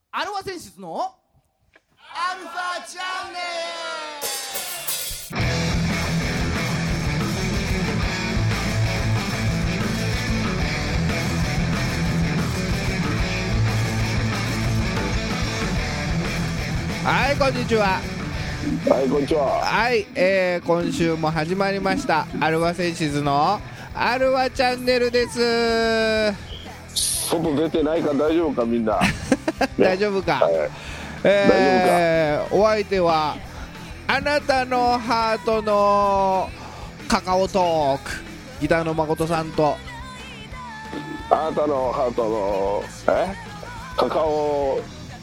アルファ選出のアルファチャンネル。はい、こんにちは。 はい、こんにちは。 はい、今週も始まりましたアルファセンシズのアルファチャンネルです。 外出てないか大丈夫かみんな、 大丈夫か、 はい、大丈夫か。 お相手はあなたのハートのカカオトークギターの誠さんと、 あなたのハートのカカオ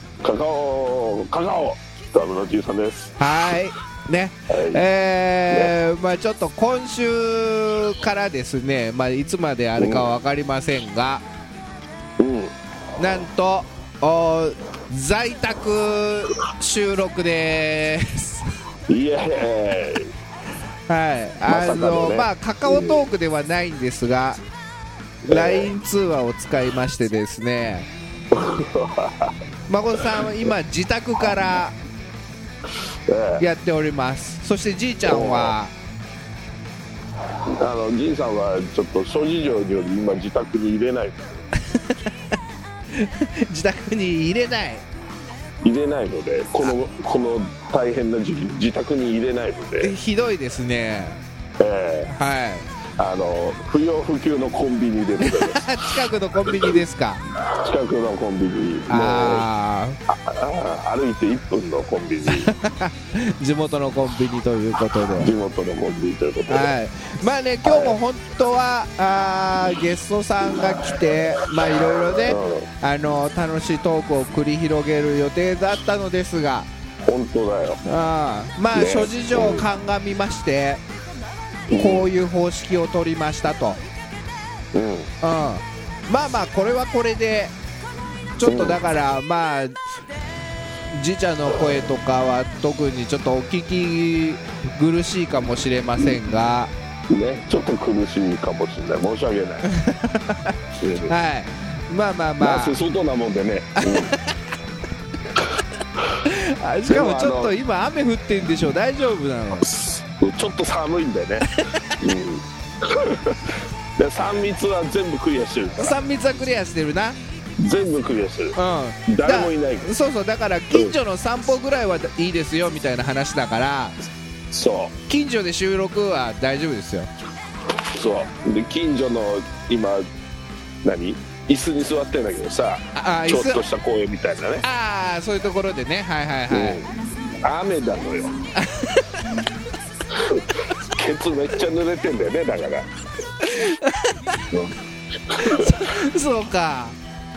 ダムのじいさんです。 はいね、まあ、ちょっと今週からですね、まあ、いつまであるかは分かりませんが、なんと在宅収録です。 イエーイ。 はい、まあカカオトークではないんですが、LINE 通話を使いましてですね誠さんは今自宅からやっております。そしてじいちゃんはじいさんはちょっと諸事情により今自宅に入れない自宅に入れないので、この大変な時期自宅に入れないのでひどいですね。はい、 不要不急のコンビニでございます近くのコンビニですか。 近くのコンビニ、歩いて1分のコンビニ地元のコンビニということで、 地元のコンビニということで、 はい、まあね、今日も本当は、ゲストさんが来て、まあいろいろね、楽しいトークを繰り広げる予定だったのですが、 本当だよ。 まあ、ね、諸事情を鑑みまして、こういう方式を取りましたと。まあまあこれはこれでちょっとだから、まあじいちゃんの声とかは特にちょっとお聞き苦しいかもしれませんがね、ちょっと苦しいかもしれない、申し訳ないはい、まあまあまあ外なもんでね、 しかもちょっと今雨降ってんでしょ、大丈夫なの？ ちょっと寒いんだよね、で3密は全部クリアしてるから。 3密はクリアしてるな、 全部クリアしてる、誰もいないから。 そうそう、だから近所の散歩ぐらいはいいですよみたいな話だから、 そう近所で収録は大丈夫ですよ。 そうで、近所の今椅子に座ってるんだけどさ、ちょっとした公園みたいなね、 そういうところでね、はいはいはい、 雨なのよケツめっちゃ濡れてんだよね、だからそうか、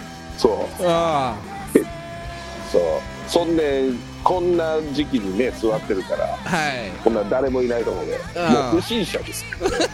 そんでこんな時期にね座ってるから、こんな誰もいないところで、もう不審者です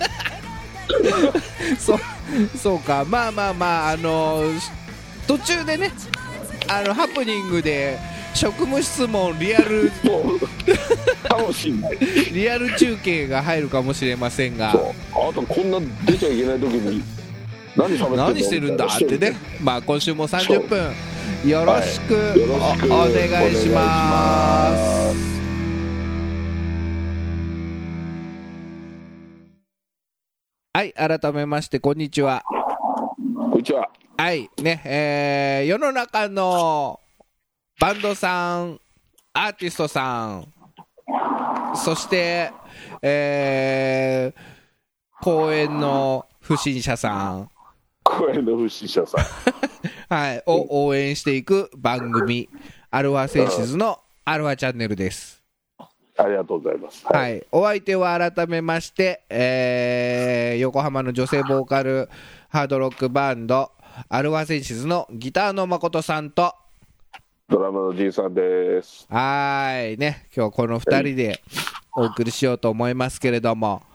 そうか、まあまあまあ、途中でね、ハプニングで職務質問リアルかもしんないリアル中継が入るかもしれませんが、 あとこんな出ちゃいけない時に何してるんだってね、まあ今週も30分よろしくお願いします。はい、改めましてこんにちは。 こんにちは。 はいね、世の中のバンドさん、アーティストさん、そして、公園の不審者さんはい、を応援していく番組、アルファセンシズのアルファチャンネルです。 ありがとうございます。 はい、お相手は改めまして、横浜の女性ボーカルハードロックバンドアルファセンシズのギターの誠さんとドラムのじいさんです。 はいね、今日この2人でお送りしようと思いますけれども、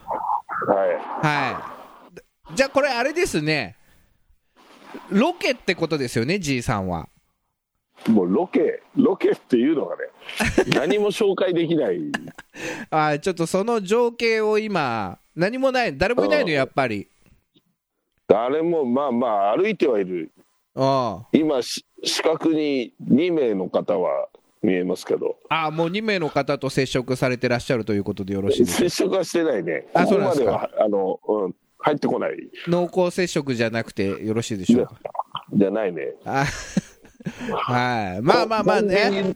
じゃあこれあれですね、ロケってことですよね、じいさんは。 もうロケっていうのがね何も紹介できないちょっとその情景を今何もない、誰もいないのやっぱり。 誰も、まあまあ歩いてはいる。 今視覚に2名の方は見えますけど、 もう2名の方と接触されてらっしゃるということでよろしいですか？ 接触はしてないね。ここまでは入ってこない。 濃厚接触じゃなくてよろしいでしょうか？ じゃないね。 はい、まあね、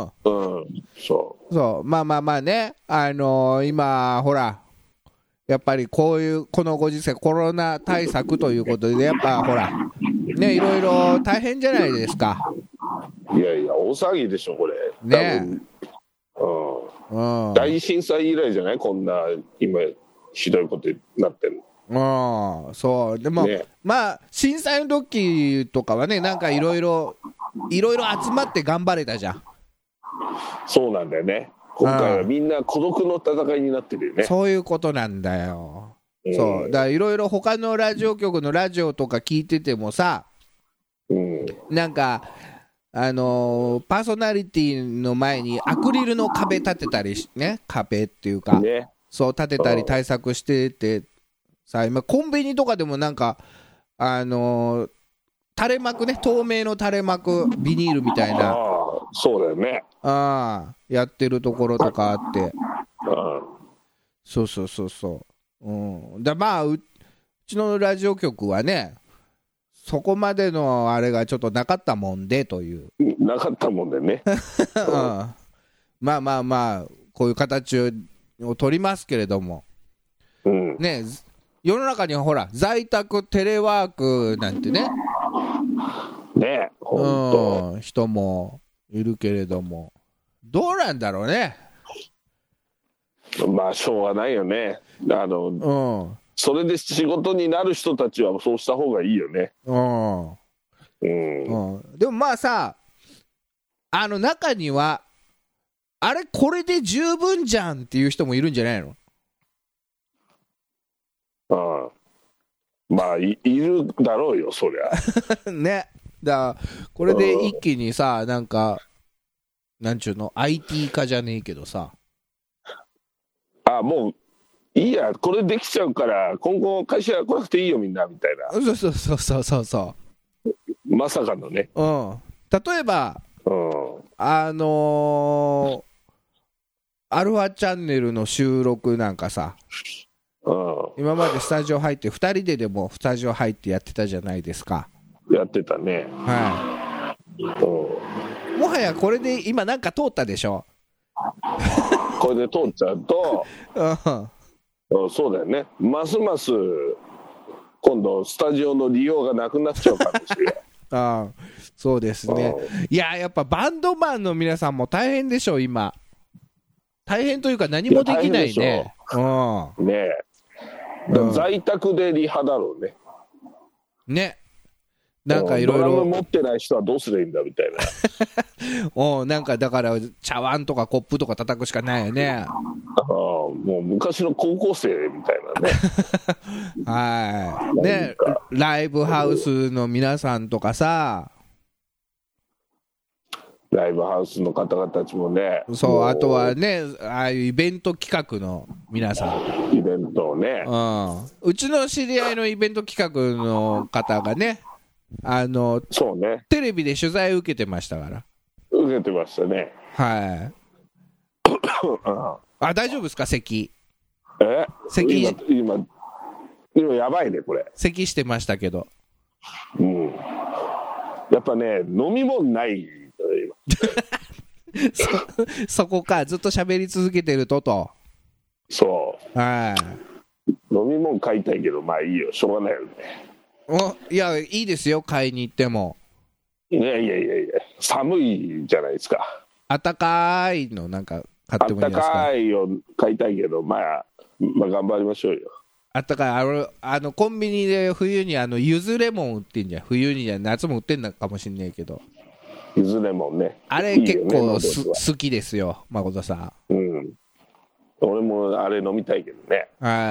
そうまあね、今ほらやっぱりこのご時世コロナ対策ということでやっぱほらね、いろいろ大変じゃないですか。 いやいや大騒ぎでしょこれね。 大震災以来じゃない、こんな今ひどいことになってるの。そうでも、ね、まあ震災の時とかはね、なんかいろいろ集まって頑張れたじゃん。 そうなんだよね。今回はみんな孤独の戦いになってるよね。 そういうことなんだよ。そうだからいろいろ他のラジオ局のラジオとか聞いててもさ、なんかパーソナリティの前にアクリルの壁立てたりね、壁っていうか、ね、そう立てたり対策しててさ、今コンビニとかでもなんか垂れ幕ね、透明の垂れ幕ビニールみたいな、 そうだよね、 やってるところとかあって、そう、だまあうちのラジオ局はね、そこまでのあれがちょっとなかったもんでという、 なかったもんでね、 まあこういう形を取りますけれども、ね、世の中にはほら在宅テレワークなんてね、人もいるけれども、どうなんだろうね。 まあしょうがないよね。それで仕事になる人たちはそうした方がいいよね。 でもまあさ、中にはあれこれで十分じゃんっていう人もいるんじゃないの？ まあ いるだろうよそりゃ。 ね、だからこれで一気にさ、なんかなんちゅうの IT 化じゃねえけどさ、 もういいや、これできちゃうから今後会社来なくていいよみんなみたいな。 そうまさかのね。 例えばアルファチャンネルの収録なんかさ、今までスタジオ入って2人でもスタジオ入ってやってたじゃないですか。 やってたね。 もはやこれで今なんか通ったでしょ。 これで通っちゃうとそうだよね、ますます今度スタジオの利用がなくなっちゃうかもしれない。 そうですね。いややっぱバンドマンの皆さんも大変でしょ今。大変というか何もできないね。 在宅でリハだろうね。 ね、なんかいろいろドラム持ってない人はどうすればいいんだみたいな。 なんかだから茶碗とかコップとか叩くしかないよね。 もう昔の高校生みたいなね。ね、ライブハウスの皆さんとかさ、 ライブハウスの方々たちもね、 そう、あとはね、ああいうイベント企画の皆さん、 イベントをね、 うちの知り合いのイベント企画の方がね、 そうね、 テレビで取材を受けてましたから。 受けてましたね。 大丈夫ですか咳？ 咳今やばいねこれ。 咳してましたけど。 やっぱね飲み物ないそこか、ずっと喋り続けてると。 そう。飲み物買いたいけどまあいいよ、しょうがないよね。 いやいいですよ、買いに行っても。 いや寒いじゃないですか。 あったかいのなんか買ってもいいですか？ あったかいを買いたいけどまあ頑張りましょうよ。 あったかいコンビニで冬にゆずレモン売ってんじゃん。冬にじゃ夏も売ってんのかもしんないけど、 ゆずレモンね、 あれ結構好きですよ誠さん。 俺もあれ飲みたいけどね。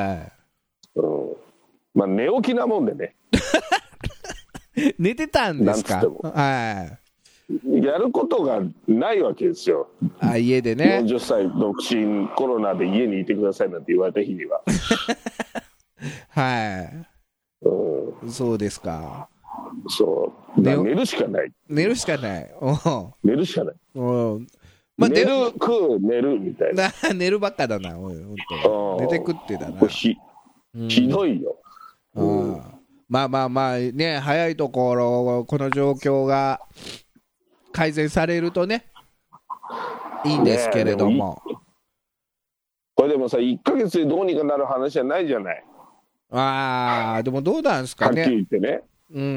まあ寝起きなもんでね。 寝てたんですか？ やることがないわけですよ。 家でね。 40歳独身コロナで家にいてくださいなんて言われた日には。 そうですか。 そう寝るしかない。 寝るしかない。 寝るしかない。まあ、寝る食う寝るみたいな。 寝るばっかだな、おい、本当。寝て食ってだな。 ひどいよ。 まあまあまあね、早いところこの状況が改善されるとね、いいんですけれども。 これでもさ、1ヶ月でどうにかなる話じゃないじゃない。 でもどうなんですかね。 はっきり言ってね。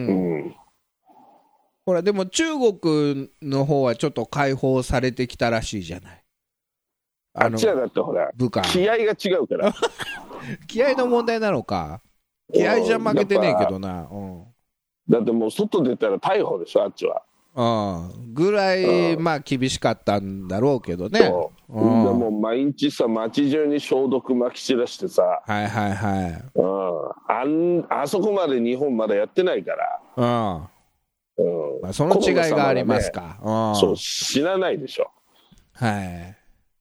ほら、でも中国の方はちょっと解放されてきたらしいじゃない。 あっちはだってほら、気合が違うから。 気合の問題なのか。気合じゃ負けてねえけどな。 だってもう外出たら逮捕でしょ、あっちは。 ぐらい、まあ厳しかったんだろうけどね。 もう毎日さ、街中に消毒まき散らしてさ。 はいはいはい。 あそこまで日本まだやってないから。 まあ、その違いがありますか。 そう、知らないでしょ。 はい。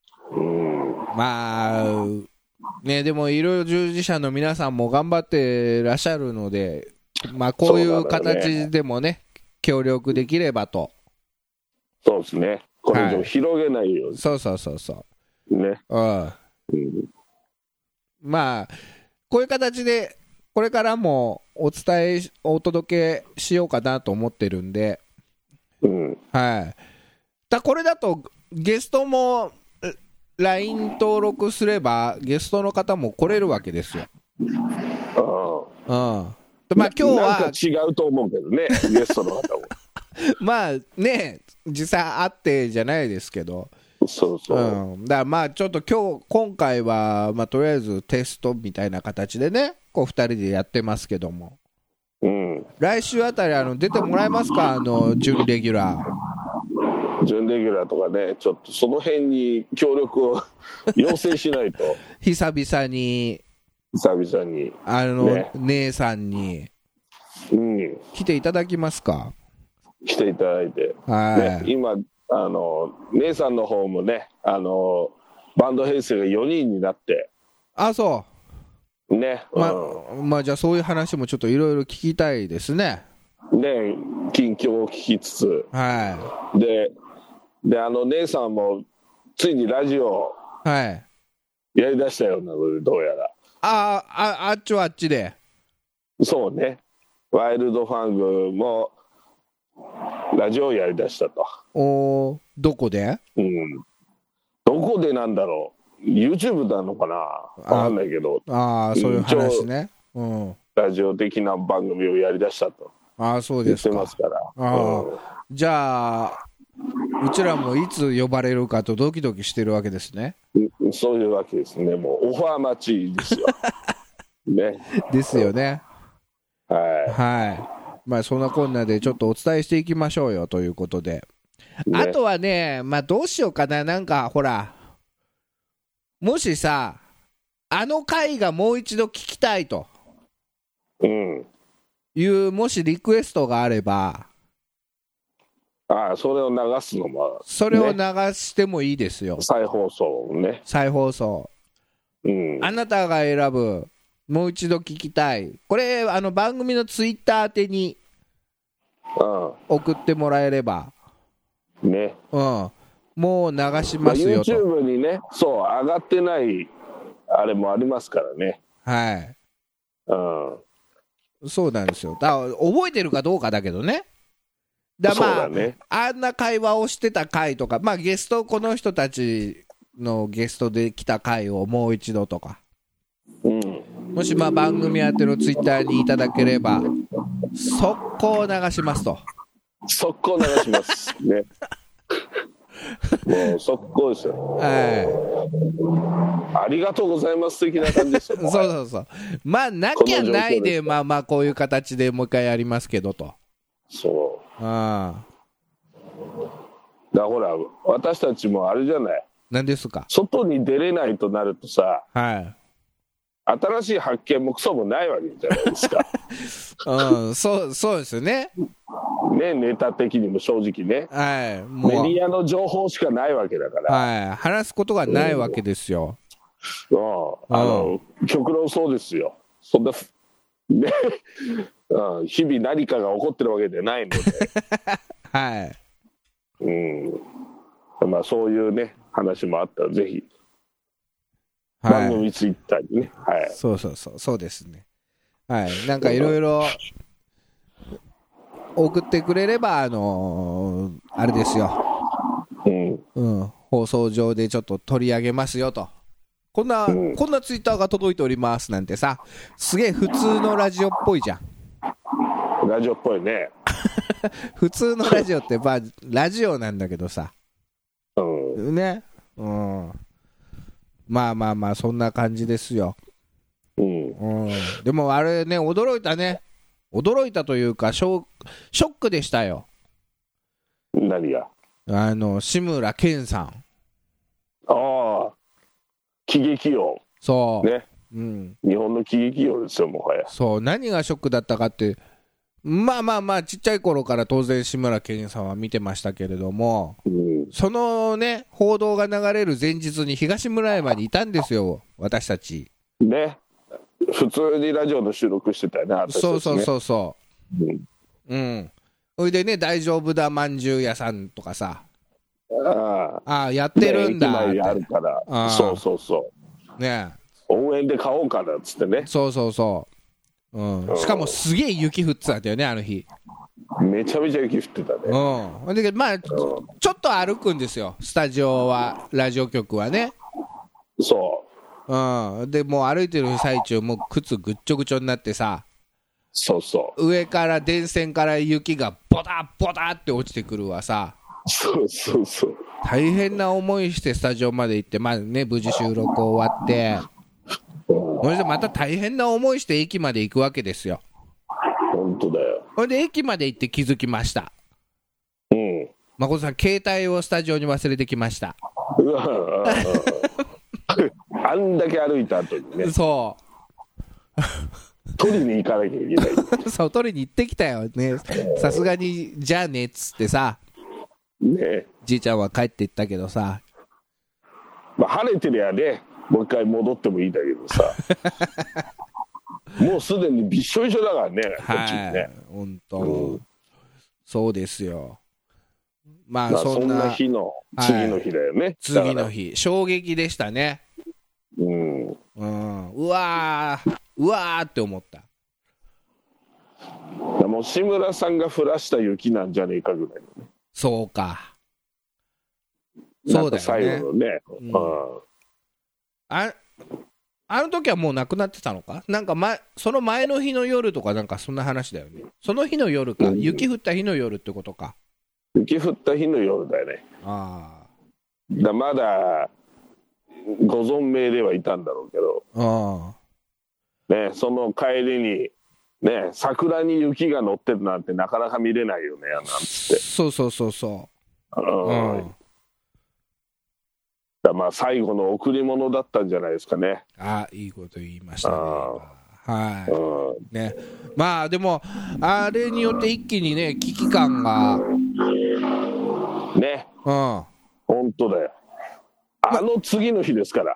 まあ、ね、でもいろいろ従事者の皆さんも頑張ってらっしゃるので、まあ、こういう形でもね、協力できればと。 そうですね。これ以上広げないように。 そうそうそうそう。 ね。 まあ、こういう形で、これからもお届けしようかなと思ってるんで、はい。これだとゲストも LINE 登録すればゲストの方も来れるわけですよ。まあ今日はなんか違うと思うけどね、ゲストの方も。 まあね、実際会ってじゃないですけど。 そうそう。 だからまあちょっと今回は、まあ、とりあえずテストみたいな形でね、こう2人でやってますけども、来週あたり出てもらえますか、準レギュラー。準レギュラーとかね、ちょっとその辺に協力を要請しないと。 久々に、 ね、 姉さんに、来ていただきますか。 来ていただいて、ね、今姉さんの方もね、バンド編成が4人になって、 そうね、 まあじゃあそういう話もちょっといろいろ聞きたいですね。 ね、近況を聞きつつ、で姉さんもついにラジオやりだしたようなので、どうやらあっちはあっちで、 そうね、ワイルドファングもラジオをやりだしたと。 どこで？ どこでなんだろう、 YouTube なのかな、分かんないけど、 そういう話ね。 ラジオ的な番組をやりだしたとそうですか。 言ってますから。 じゃあうちらもいつ呼ばれるかとドキドキしてるわけですね。 そういうわけですね。もうオファー待ちですよ。ね。 ですよね。まあそんなこんなでちょっとお伝えしていきましょうよということで、あとはね、まあどうしようかな、なんかほら、もしさ、回がもう一度聞きたいというもしリクエストがあれば、 それを流すのも、 それを流してもいいですよ。 再放送ね。 再放送。あなたが選ぶもう一度聞きたい、これ番組のツイッター宛てに送ってもらえればね、 もう流しますよと。 YouTube にね、そう上がってないあれもありますからね。 そうなんですよ。だから覚えてるかどうかだけどね。まあ、あんな会話をしてた回とか、まあゲスト、この人たちのゲストで来た回をもう一度とか、もしまあ番組宛てのツイッターにいただければ速攻流しますと。 速攻流しますね。もう速攻ですよ。ありがとうございます的な感じですよ。 そうまあなきゃないで、まあまあこういう形でもう一回やりますけどと。 だからほら、私たちもあれじゃない、 何ですか、 外に出れないとなるとさ、新しい発見もクソもないわけじゃないですか。 そうですよね。 ネタ的にも正直ね、メディアの情報しかないわけだから、 話すことがないわけですよ。 極論そうですよ。そんなで、日々何かが起こってるわけじゃないのではい、 まあそういうね話もあったらぜひはい、 番組ツイッターにね、はい、 そうですね、はい、なんかいろいろ送ってくれればあれですよ、放送上でちょっと取り上げますよと、こんなツイッターが届いておりますなんてさ、すげえ普通のラジオっぽいじゃん。 ラジオっぽいね普通のラジオってまあラジオなんだけどさ、ね、まあまあまあそんな感じですよ。でもあれね、驚いたというかショックでしたよ。 何が？ 志村けんさん。 ああ、喜劇王。 そうね、日本の喜劇王ですよ、もはや。 そう、何がショックだったかって、まあちっちゃい頃から当然志村けんさんは見てましたけれども、そのね報道が流れる前日に東村山にいたんですよ、私たちね。普通にラジオの収録してたよね、私たちね。そうそれでね、大丈夫だまんじゅう屋さんとかさ、やってるんだって、 駅前にあるから、そうね、 応援で買おうかなっつってね。 しかもすげえ雪降ってたんだよね、あの日。 めちゃめちゃ雪降ってたね。 でまあちょっと歩くんですよ、スタジオは、ラジオ局はね。でもう歩いてる最中、もう靴ぐっちょぐちょになってさ、上から電線から雪がボタボタって落ちてくるわさ。大変な思いしてスタジオまで行って、まあね、無事収録終わって、それでまた大変な思いして駅まで行くわけですよ。 本当だよ。 それで駅まで行って気づきました。誠さん、携帯をスタジオに忘れてきました。 あんだけ歩いた後にね。取りに行かなきゃいけない。 取りに行ってきたよね。さすがにじゃあねっつってさ、じいちゃんは帰っていったけどさ、 まあ、晴れてりゃね、もう一回戻ってもいいんだけどさもうすでにびっしょびしょだからね、こっちにね。 本当、そうですよ。まあそんな日の次の日だよね。 次の日、衝撃でしたね。うわーって思った。 もう志村さんが降らした雪なんじゃねえかぐらいのね。 そうか。そうだよね。 最後のね。 あの時はもうなくなってたのか、なんかその前の日の夜とか、なんかそんな話だよね。その日の夜か、雪降った日の夜ってことか。 雪降った日の夜だよね。まだご存命ではいたんだろうけど、ね、その帰りに、ね、桜に雪が乗ってるなんてなかなか見れないよね、なんつって。まあ最後の贈り物だったんじゃないですかね。 いいこと言いましたね。ね、まあでもあれによって一気にね、危機感がね、本当だよ。次の日ですから、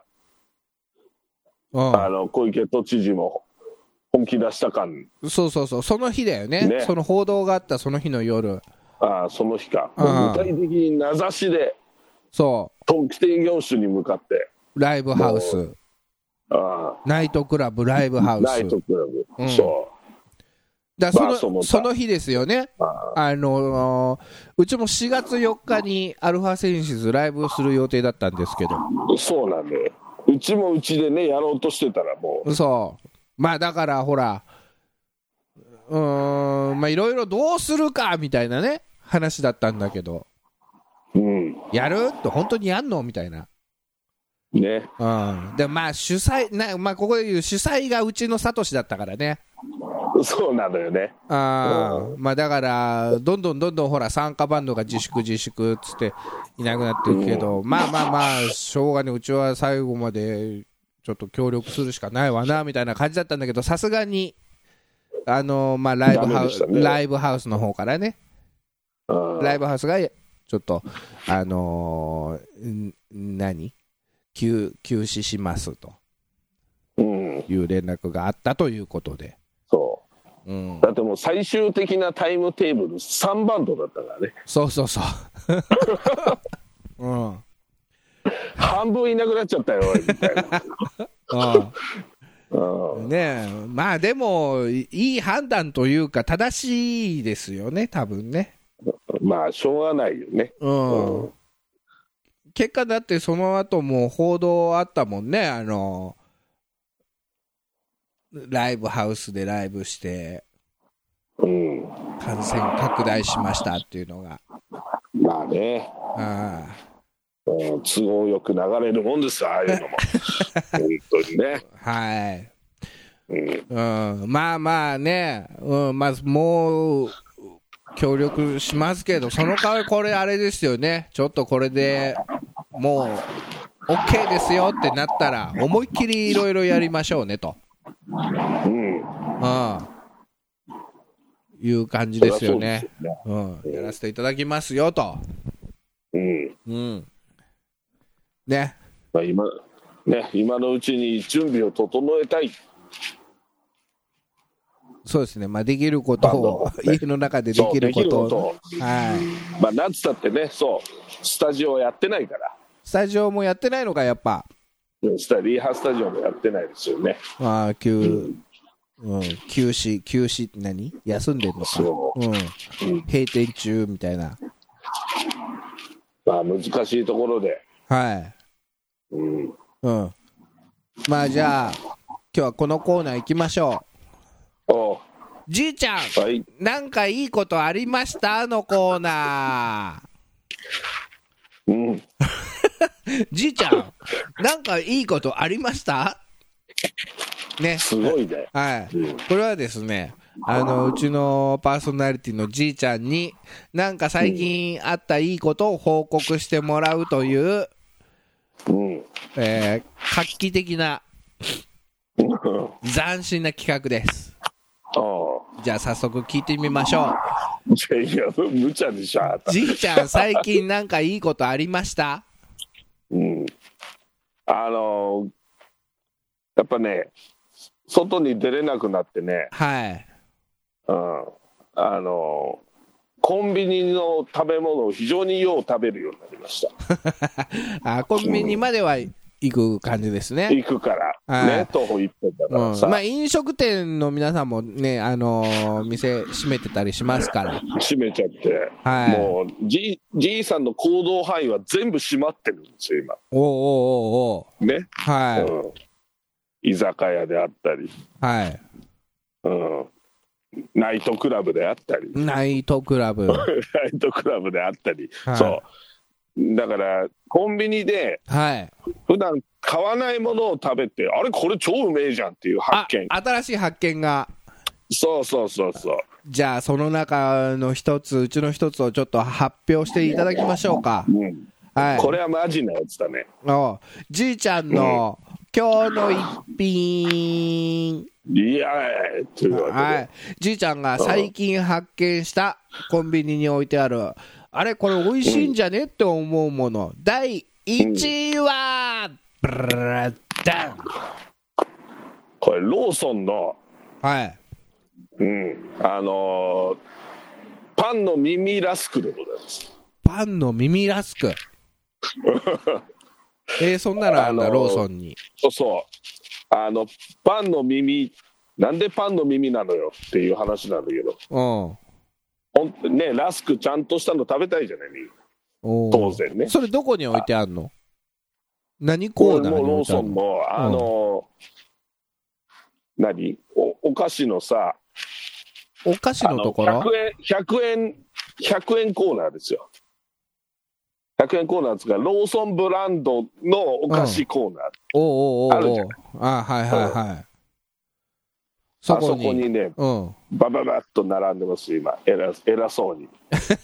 小池都知事も本気出した感。 その日だよね。その報道があったその日の夜。 その日か。具体的に名指しで、特定業種に向かってライブハウス、ナイトクラブ、ライブハウス、 ナイトクラブ、 その日ですよね。うちも4月4日にアルファセンシズライブをする予定だったんですけど。 そうなんで、うちもうちでねやろうとしてたらもうまあだからほら、まあいろいろどうするかみたいなね話だったんだけど、やるって本当にやんのみたいなね。 でまあ主催まあここで言う主催がうちのサトシだったからね。 そうなのよね。 まあだからどんどんほら参加バンドが自粛っつっていなくなってるけど、まあしょうがね、うちは最後までちょっと協力するしかないわなみたいな感じだったんだけど、さすがにまあライブハウスの方からね、ライブハウスがちょっと休止しますという連絡があったということで、 うん、 だってもう最終的なタイムテーブル3バンドだったからね。 そうそうそう、うん、 半分いなくなっちゃったよみたいなねえ、まあでもいい判断というか正しいですよね、多分ね。 まあしょうがないよね、 うん、結果だってその後も報道あったもんね、ライブハウスでライブして、 うん、 感染拡大しましたっていうのが。 まあね、都合よく流れるもんですよ、ああいうのも本当にね。 はい、うん、まあまあね、まずもう協力しますけど、その代わりこれあれですよね、ちょっとこれでもう OK ですよってなったら思いっきりいろいろやりましょうねと、いう感じですよね。やらせていただきますよと、ね、 まあ今のうちに準備を整えたい。 そうですね、まあ、できることを、家の中でできることを、 まあ、なんつったってね、スタジオやってないから。 スタジオもやってないのか、やっぱ。 リハスタジオもやってないですよね。 休止って何？休んでるのか。閉店中みたいな。 まあ、難しいところで。 まあ、じゃあ、今日はこのコーナー行きましょう。じいちゃん、なんかいいことありましたのコーナー。じいちゃん、なんかいいことありましたね。 すごいね。 これはですね、うちのパーソナリティのじいちゃんになんか最近あったいいことを報告してもらうという、画期的な斬新な企画です。じゃあ早速聞いてみましょう。いや、無茶でしょ。 じいちゃん、最近なんかいいことありました？ やっぱね、外に出れなくなってね、コンビニの食べ物を非常によう食べるようになりましたコンビニまでは行く感じですね。 行くからね、徒歩1分だからさ、 まあ飲食店の皆さんもね、店閉めてたりしますから。 閉めちゃって、もうじいさんの行動範囲は全部閉まってるんですよ今。ね、居酒屋であったり、ナイトクラブであったり、 ナイトクラブであったり、だからコンビニで普段買わないものを食べて、あれこれ超うめえじゃんっていう発見、 新しい発見が。 そうじゃあその中の一つ、うちの一つをちょっと発表していただきましょうか。 これはマジなやつだね。 じいちゃんの今日の一品、じいちゃんが最近発見したコンビニに置いてある、あれこれ美味しいんじゃねって思うもの、第1位は、 これローソンのパンの耳ラスクでございます。 パンの耳ラスクそんなのあんだ、ローソンに。 パンの耳、なんでパンの耳なのよっていう話なんだけど、ね、ラスクちゃんとしたの食べたいじゃない、当然ね。 それどこに置いてあるの？何コーナーに置いてあるの？ ローソンのお菓子のさ、 お菓子のところ 100円コーナーですよ。100円コーナーですが、ローソンブランドのお菓子コーナー、あるじゃない。そこにね、バババッと並んでます今、偉そうに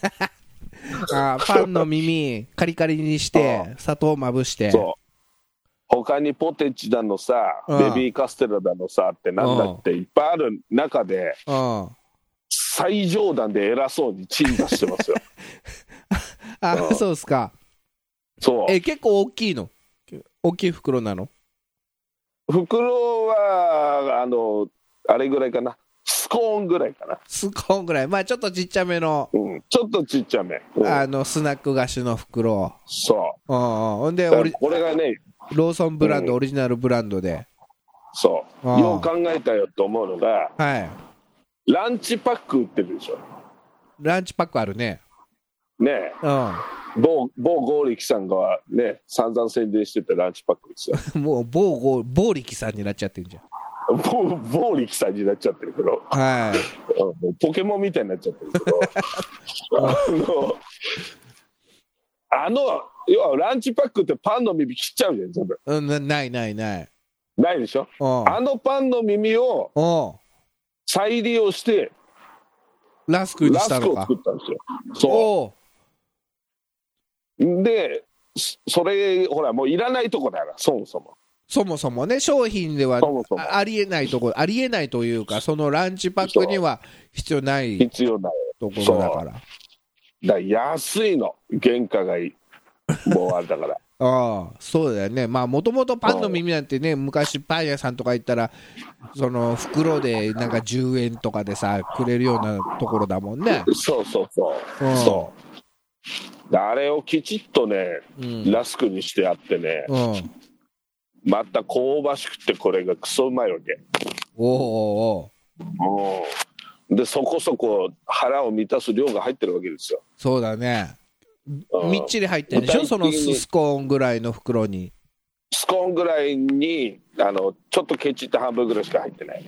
パンの耳カリカリにして砂糖まぶして、 他にポテチだのさ、ベビーカステラだのさってなんだっていっぱいある中で、最上段で偉そうに鎮座してますよそうっすか。結構大きいの？大きい袋なの？ 袋はあれぐらいかな、少コーンぐらいかな。 スコーンぐらい、まあちょっとちっちゃめの、 ちょっとちっちゃめ、 スナック菓子の袋。 そう。 ほんでこれがね、 ローソンブランド、オリジナルブランドで。 そう。よう考えたよと思うのが、 はい。 ランチパック売ってるでしょ。 ランチパックあるね。 ねえ。某剛力さんがね、散々宣伝してたランチパックですよ。 もう某力さんになっちゃってるじゃん。 某力さんになっちゃってるけど、 はい。 ポケモンみたいになっちゃってるけど、要はランチパックってパンの耳切っちゃうじゃん、全部。 ない。 ないでしょ。あのパンの耳を再利用してラスクにしたのか。 ラスクを作ったんですよ。そうで、それほらもういらないとこだから、そもそもね、商品ではありえないとこ、ありえないというか、そのランチパックには必要ないところだから。 安いの、原価がもうあれだから。 そうだよね。まあもともとパンの耳なんてね、昔パン屋さんとか行ったらその袋でなんか10円とかでさくれるようなところだもんね。 そう、あれをきちっとね、ラスクにしてあってね、また香ばしくて、これがクソうまいわけ。でそこそこ腹を満たす量が入ってるわけですよ。 そうだね。みっちり入ってるでしょ、そのスコーンぐらいの袋に。 スコーンぐらいにちょっとケチって半分ぐらいしか入ってない。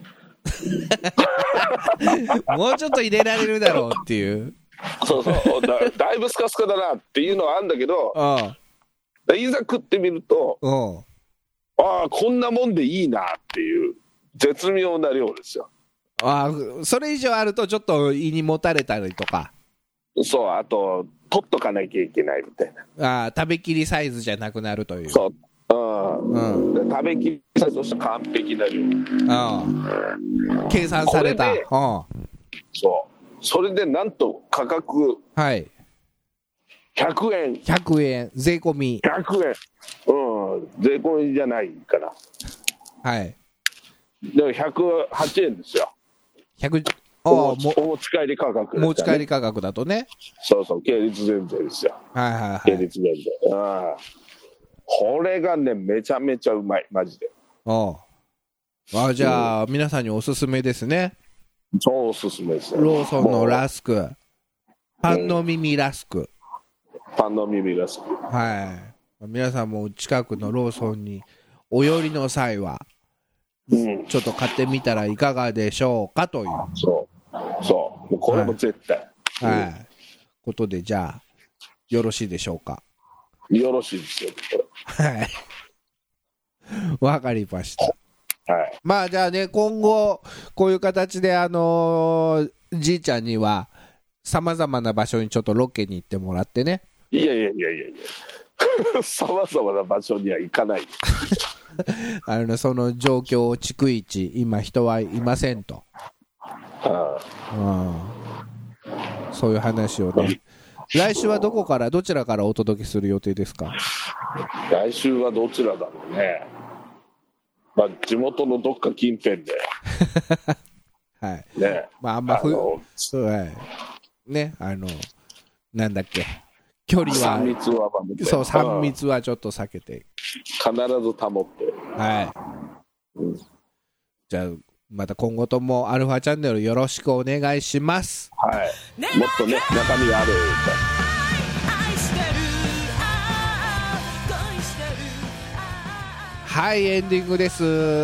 もうちょっと入れられるだろうっていう。 そうだいぶスカスカだなっていうのはあるんだけど、いざ食ってみると、こんなもんでいいなっていう絶妙な量ですよ。 それ以上あるとちょっと胃にもたれたりとか。 そう、あと取っとかなきゃいけないみたいな。食べきりサイズじゃなくなるという。 そう、食べきりサイズとして完璧な量。 計算された。 それでなんと価格、100円。 100円、税込み。 100円。税込みじゃないかな。でも108円ですよ。お持ち帰り価格、 持ち帰り価格だとね。 そう、経立減税ですよ。経立減税。これがね、めちゃめちゃうまい、マジで。 じゃあ、皆さんにおすすめですね。 超おすすめですよ。 ローソンのラスク、パンの耳ラスク。皆さんも近くのローソンにお寄りの際は、ちょっと買ってみたらいかがでしょうかという。 そうこれも絶対。 ことで、じゃあよろしいでしょうか。 よろしいですよ、これ。 わかりました。まあじゃあね、今後こういう形でじいちゃんにはさまざまな場所にちょっとロケに行ってもらってね。 いやさまざまな場所には行かない。 その状況を逐一今人はいませんと。そういう話をね。来週はどちらからお届けする予定ですか？ 来週はどちらだろうね。地元のどっか近辺で。ね。 あんまね、なんだっけ、距離は3密はちょっと避けて、 必ず保って。 じゃあまた今後ともアルファチャンネルよろしくお願いします。 もっとね、中身ある。 エンディングです。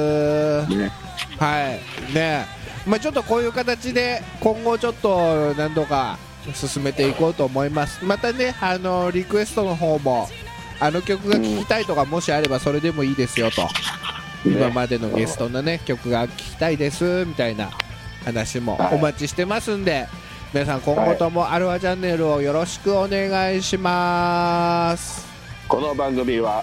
ちょっとこういう形で今後ちょっと何度か進めていこうと思います。またね、リクエストの方も曲が聴きたいとかもしあればそれでもいいですよと、今までのゲストのね曲が聴きたいですみたいな話もお待ちしてますんで、皆さん今後ともアルファチャンネルをよろしくお願いします。 この番組は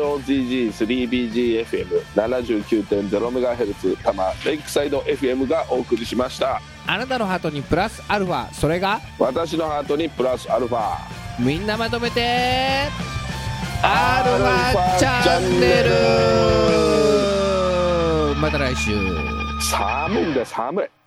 JOZZ3BGFM79.0MHz 多摩レイクサイド FM がお送りしました。 あなたのハートにプラスアルファ、それが私のハートにプラスアルファ、 みんなまとめてアルファチャンネル。また来週。 寒いんだ、寒い。